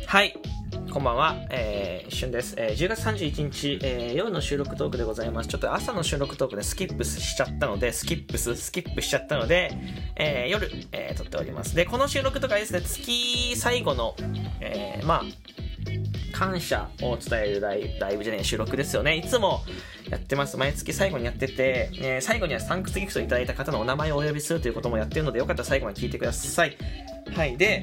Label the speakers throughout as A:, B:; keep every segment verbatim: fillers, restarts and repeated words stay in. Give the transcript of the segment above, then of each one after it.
A: はい、こんばんは、えー、しゅんです、えー、じゅうがつさんじゅういちにち、えー、夜の収録トークでございます。ちょっと朝の収録トークでスキップしちゃったのでスキップススキップしちゃったので、えー、夜、えー、撮っております。で、この収録とかですね、月最後の、えー、まあ感謝を伝えるライブ、ライブじゃねえ収録ですよね。いつもやってます。毎月最後にやってて、えー、最後にはサンクスギフトいただいた方のお名前をお呼びするということもやってるので、よかったら最後まで聞いてください。はい。で、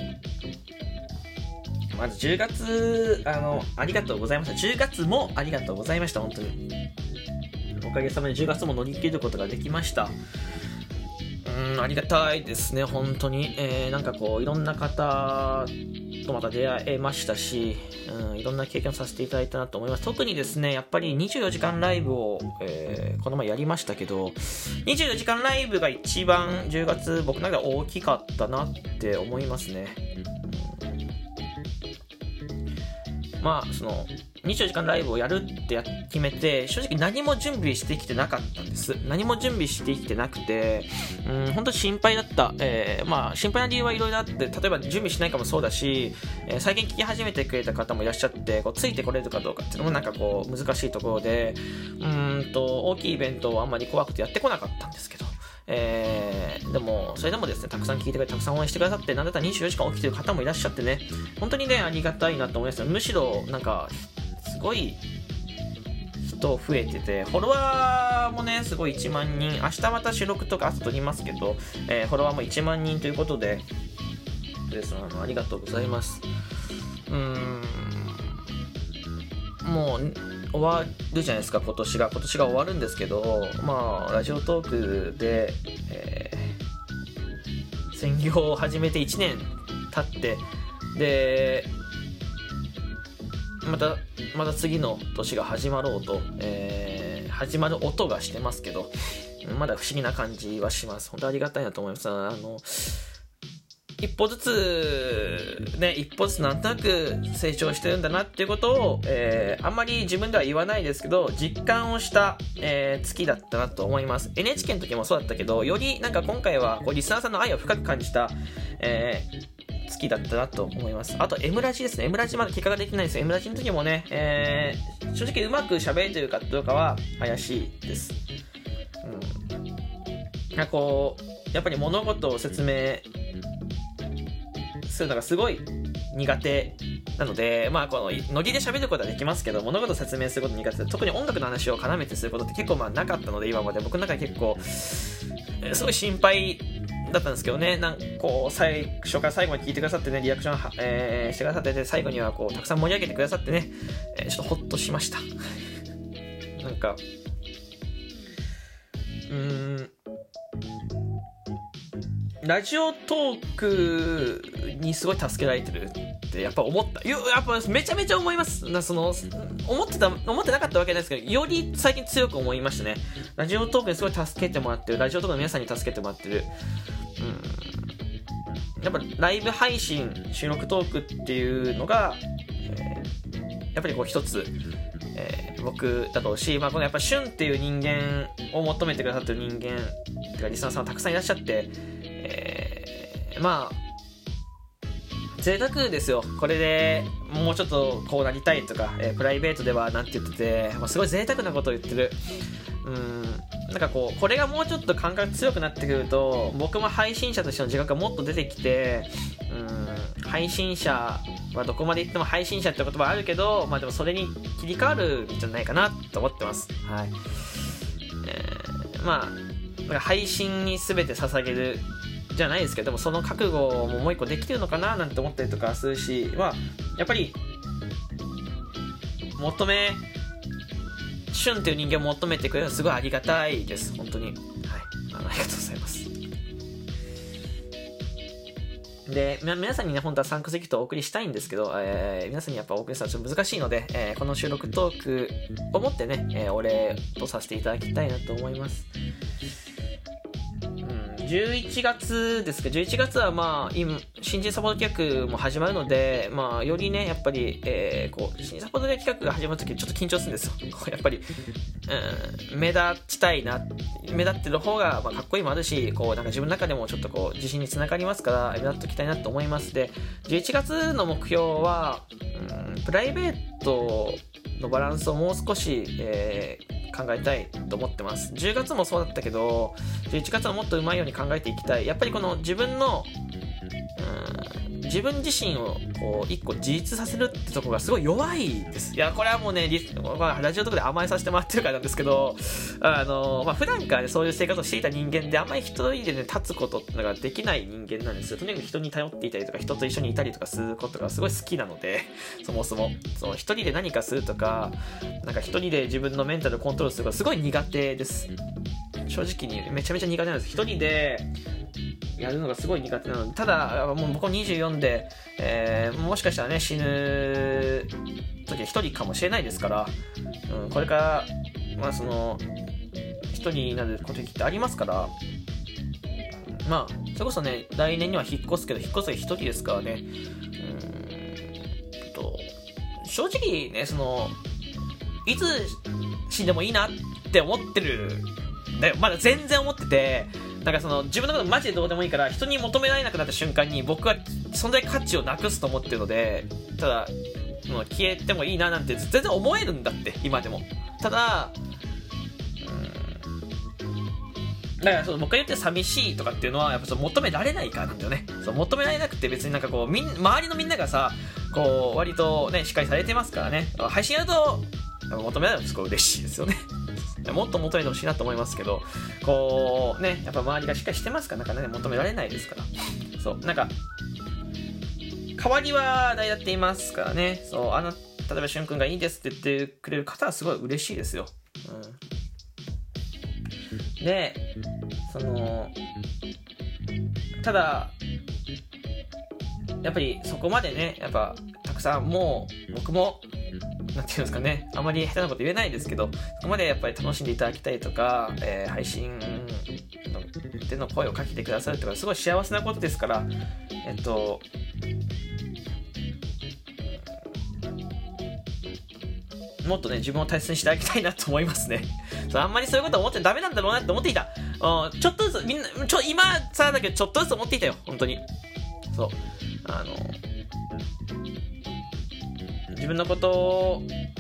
A: まずじゅうがつ、あの、ありがとうございました。じゅうがつもありがとうございました。本当に。おかげさまでじゅうがつも乗り切ることができました。うん、ありがたいですね、本当に。えー、なんかこう、いろんな方とまた出会えましたし、うん、いろんな経験をさせていただいたなと思います。特にですね、やっぱりにじゅうよじかんライブを、えー、この前やりましたけど、にじゅうよじかんライブが一番じゅうがつ僕の中で大きかったなって思いますね。まあ、そのにじゅうよじかんライブをやるってや決めて、正直何も準備してきてなかったんです。何も準備してきてなくて、うん、本当に心配だった。えー、まあ心配な理由はいろいろあって、例えば準備しないかもそうだし、えー、最近聞き始めてくれた方もいらっしゃって、こうついてこれるかどうかっていうのもなんかこう難しいところで、うーんと大きいイベントをあんまり怖くてやってこなかったんですけど。えー、でもそれでもですね、たくさん聞いてくれてたくさん応援してくださって、なんだったらにじゅうよじかん起きてる方もいらっしゃってね、本当にねありがたいなと思います。むしろなんかすごい人増えてて、フォロワーもねすごいいちまんにん、明日また収録とか朝撮りますけど、えー、フォロワーもいちまんにんということでですね、あのありがとうございます。うーん、もう終わるじゃないですか、今年が今年が終わるんですけど、まあラジオトークで、えー、専業を始めていちねん経って、でまたまた次の年が始まろうと、えー、始まる音がしてますけど、まだ不思議な感じはします。本当にありがたいなと思います。あの一歩ずつね、一歩ずつなんとなく成長してるんだなっていうことを、えー、あんまり自分では言わないですけど実感をした、えー、月だったなと思います。 エヌエイチケー の時もそうだったけど、よりなんか今回はこうリスナーさんの愛を深く感じた、えー、月だったなと思います。あと M ラジですね。 M ラジまだ結果ができないんですよ。 M ラジの時もね、えー、正直うまく喋れてるかどうかは怪しいです。うん、なんかこうやっぱり物事を説明するのがすごい苦手なので、まあこのノリで喋ることはできますけど、物事を説明すること苦手で、特に音楽の話を絡めてすることって結構まあなかったので、今まで僕の中で結構すごい心配だったんですけどね。なんかこう最初から最後まで聞いてくださってね、リアクション、えー、してくださってて、最後にはこうたくさん盛り上げてくださってね、えー、ちょっとホッとしましたなんかうーんラジオトークにすごい助けられてるってやっぱ思った。やっぱめちゃめちゃ思います。なその思ってた思ってなかったわけないですけど、より最近強く思いましたね。ラジオトークにすごい助けてもらってる、ラジオトークの皆さんに助けてもらってる。うん、やっぱライブ配信、収録トークっていうのが、えー、やっぱりこう一つ、えー、僕だろうし、まあ、このやっぱ旬っていう人間を求めてくださってる人間てかリスナーさんたくさんいらっしゃって、えー、まあ贅沢ですよ。これでもうちょっとこうなりたいとか、えー、プライベートではなんて言ってて、まあ、すごい贅沢なことを言ってる。うーん、なんかこうこれがもうちょっと感覚強くなってくると、僕も配信者としての自覚がもっと出てきて、うーん、配信者はどこまで言っても配信者って言葉あるけど、まあでもそれに切り替わるんじゃないかなと思ってます。はい。えー、まあなんか配信に全て捧げるじゃないですけども、その覚悟ももう一個できてるのかななんて思ったりとかするし、まあやっぱり求め旬っていう人間を求めてくれるのはすごいありがたいです。本当に、はい、あのありがとうございます。で皆さんにね本当はサンクスギフトをお送りしたいんですけど、えー、皆さんにやっぱお送りしたらちょっと難しいので、えー、この収録トークをもってね、えー、お礼とさせていただきたいなと思います。うん、 じゅういちがつですか、じゅういちがつはまあ今新人サポート企画も始まるので、まあよりねやっぱり、えー、こう新サポート企画が始まるときちょっと緊張するんですよ。やっぱり、うん、目立ちたいな、目立ってる方がまあかっこいいもあるし、こうなんか自分の中でもちょっとこう自信につながりますから目立っておきたいなと思います。で、じゅういちがつの目標は、うん、プライベートのバランスをもう少し、えー考えたいと思ってます。じゅうがつもそうだったけど、じゅういちがつはもっと上手いように考えていきたい。やっぱりこの自分の、うん、自分自身をこう一個自立させるってところがすごい弱いです。いや、これはもうね、ラジオとかで甘えさせてもらってるからなんですけど、あの、まあ、普段からね、そういう生活をしていた人間で、あんまり一人でね、立つことができない人間なんですよ。とにかく人に頼っていたりとか、人と一緒にいたりとかすることがすごい好きなので、そもそも、その一人で何かするとか、なんか一人で自分のメンタルをコントロールすることがすごい苦手です。正直にめちゃめちゃ苦手なんです。一人でやるのがすごい苦手なので、ただもう僕にじゅうよんで、えー、もしかしたらね死ぬ時は一人かもしれないですから、うん、これからまあその一人になることってありますから、まあそれこそね来年には引っ越すけど引っ越すが一人ですからね、うんと正直ねそのいつ死んでもいいなって思ってるだよ。まだ全然思ってて、なんかその自分のことマジでどうでもいいから人に求められなくなった瞬間に僕は存在価値をなくすと思ってるので、ただもう消えてもいいななんて全然思えるんだって今でも。ただうんだからその僕が言って寂しいとかっていうのはやっぱその求められないからなんだよね。そう求められなくて別になんかこうみん周りのみんながさこう割とねしっかりされてますからね。配信やると求められるのすごい嬉しいですよね。もっと求めてほしいなと思いますけど、こうねやっぱ周りがしっかりしてますからなかなか、ね、求められないですから。そうなんか代わりは代だっていますからね。そうあの例えばしゅんくんがいいですって言ってくれる方はすごい嬉しいですよ。うん、でそのただやっぱりそこまでねやっぱたくさんもう僕もなんていうんですかね、あまり下手なこと言えないですけど、そこまでやっぱり楽しんでいただきたいとか、えー、配信での声をかけてくださるとかすごい幸せなことですから、えっともっとね自分を大切にしてあげたいなと思いますね。そうあんまりそういうこと思ってダメなんだろうなって思っていた。うん、ちょっとずつみんなちょ今さだけどちょっとずつ思っていたよ本当に。そうあの自分のことを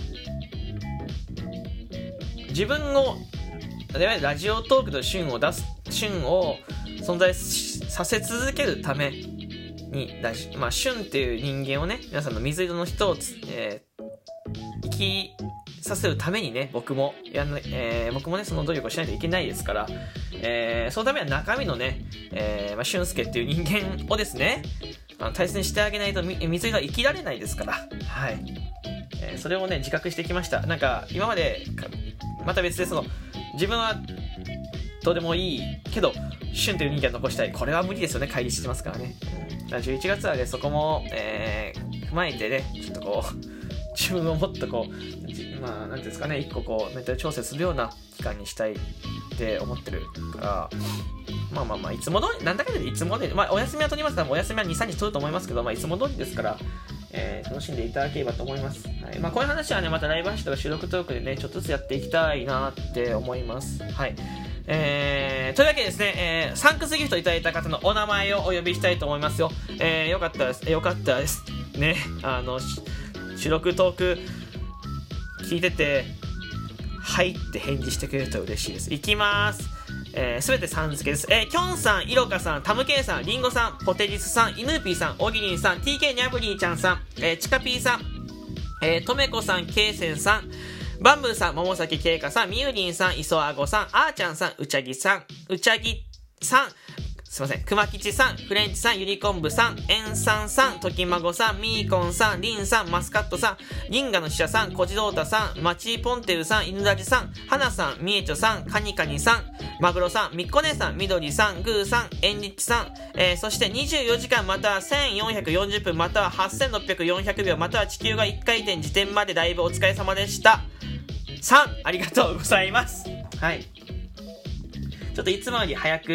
A: 自分をラジオトークと旬を出す旬を存在させ続けるためにラジ、まあ、旬っていう人間をね皆さんの水色の人を、えー、生きさせるためにね僕もやん、えー、僕もねその努力をしないといけないですから、えー、そのためには中身のね、えーまあ、俊介っていう人間をですねあの大切にしてあげないと水色は生きられないですから、はい、えー、それをね自覚してきました。なんか今までまた別でその自分はどうでもいいけど旬という人間を残したい、これは無理ですよね。乖離してますからね。だからじゅういちがつはねそこも、えー、踏まえてねちょっとこう自分をもっとこうまあなんていうんですかね一個こうメンタル調整するような期間にしたいって思ってるから、まあまあまあいつも通りなんだかんだでいつも通り、まあお休みは取りますからお休みは にさんにち取ると思いますけど、まあいつも通りですから、えー、楽しんでいただければと思います。はい、まあこういう話はねまたライブ配信とか収録トークでねちょっとずつやっていきたいなって思います。はい。えー、というわけでですね、えー、サンクスギフトいただいた方のお名前をお呼びしたいと思いますよ。えー、よかったです。よかったです。ね、あの収録トーク聞いててはいって返事してくれると嬉しいです。いきます。えー、すべてさん付けです。えー、きょんさん、いろかさん、タムケイさん、りんごさん、ポテジスさん、イヌーピーさん、おぎりんさん、ティーケー ニャブリーちゃんさん、えー、チカピーさん、えー、とめこさん、けいせんさん、バンブーさん、桃崎けいかさん、みゆりんさん、いそあごさん、あーちゃんさん、うちゃぎさん、うちゃぎさん、すいません、くまきちさん、フレンチさん、ゆりこんぶさん、えんさんさん、ときまごさん、みーこんさん、りんさん、マスカットさん、銀河の使者さん、こじろうたさん、まちぽんてるさん、いぬらじさん、はなさん、みえちょさん、かにかにさん、まぐろさん、みっこねさん、みどりさん、ぐーさん、えんりっちさん、えー、そしてにじゅうよじかんまたはせんよんひゃくよんじゅっぷんまたははっせんろっぴゃくよんひゃくびょうまたは地球がいっかいてん時点までだいぶお疲れ様でした。さん、ありがとうございます。はい。ちょっといつもより早く、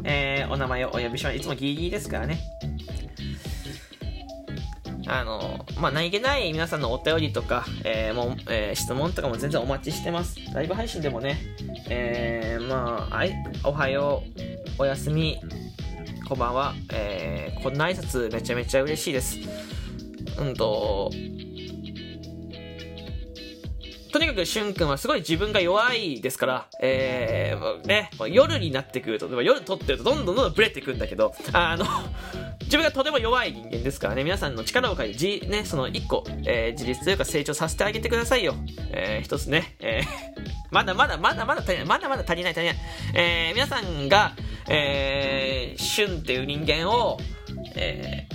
A: えー、お名前をお呼びします。いつもギリギリですからね。あの、まあ、何気ない皆さんのお便りとか、えー、もう、えー、質問とかも全然お待ちしてます。ライブ配信でもね、えー、まあ、あい、おはよう、おやすみ、こんばんは、えー、こんな挨拶めちゃめちゃ嬉しいです。うんと、とにかくしゅんくんはすごい自分が弱いですから、えー、ね、夜になってくると、夜撮ってるとどんどんどんどんブレてくんだけど、あの、自分がとても弱い人間ですからね、皆さんの力を借りて、じ、ね、その一個、えー、自立というか成長させてあげてくださいよ。えー、一つね、えー、まだまだまだまだ足りない、まだまだ足りない足りない。えー、皆さんが、えー、しゅんっていう人間を、え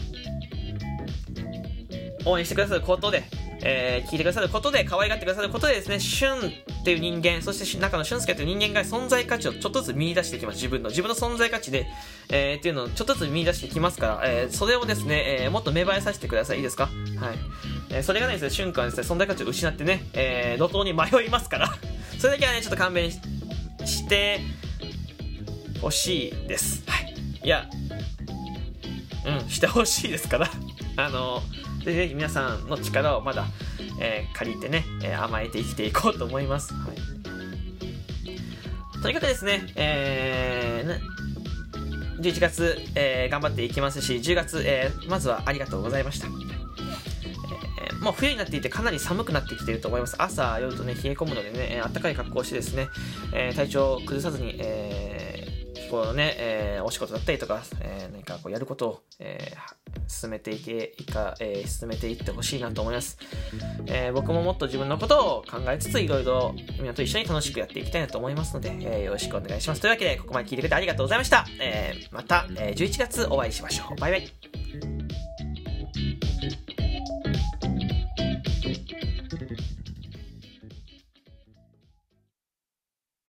A: ー、応援してくださることで、えー、聞いてくださることで、可愛がってくださることでですね、しゅんっていう人間、そして中のしゅんすけという人間が存在価値をちょっとずつ見出していきます。自分の、自分の存在価値で、えー、っていうのをちょっとずつ見出していきますから、えー、それをですね、えー、もっと芽生えさせてください。いいですか？はい。えー、それがですね、しゅんくんはですね、存在価値を失ってね、えー、路頭に迷いますから、それだけはね、ちょっと勘弁し、してほしいです。はい。いや、うん、してほしいですから、あのー、ぜひぜひ皆さんの力をまだ、えー、借りてね、えー、甘えて生きていこうと思います。はい、とにかくですね、えー、じゅういちがつ、えー、頑張っていきますし、じゅうがつ、えー、まずはありがとうございました。えー、もう冬になっていてかなり寒くなってきていると思います。朝、夜とね、冷え込むのでね、暖かい格好をしてですね、えー、体調を崩さずに、えー、日頃のね、えー、お仕事だったりとか、えー、何かこうやることを、えー進めていけいか、えー、進めていってほしいなと思います。えー、僕ももっと自分のことを考えつついろいろみんなと一緒に楽しくやっていきたいなと思いますので、えー、よろしくお願いします。というわけでここまで聞いてくれてありがとうございました。えー、また、えー、じゅういちがつお会いしましょう。バイバイ。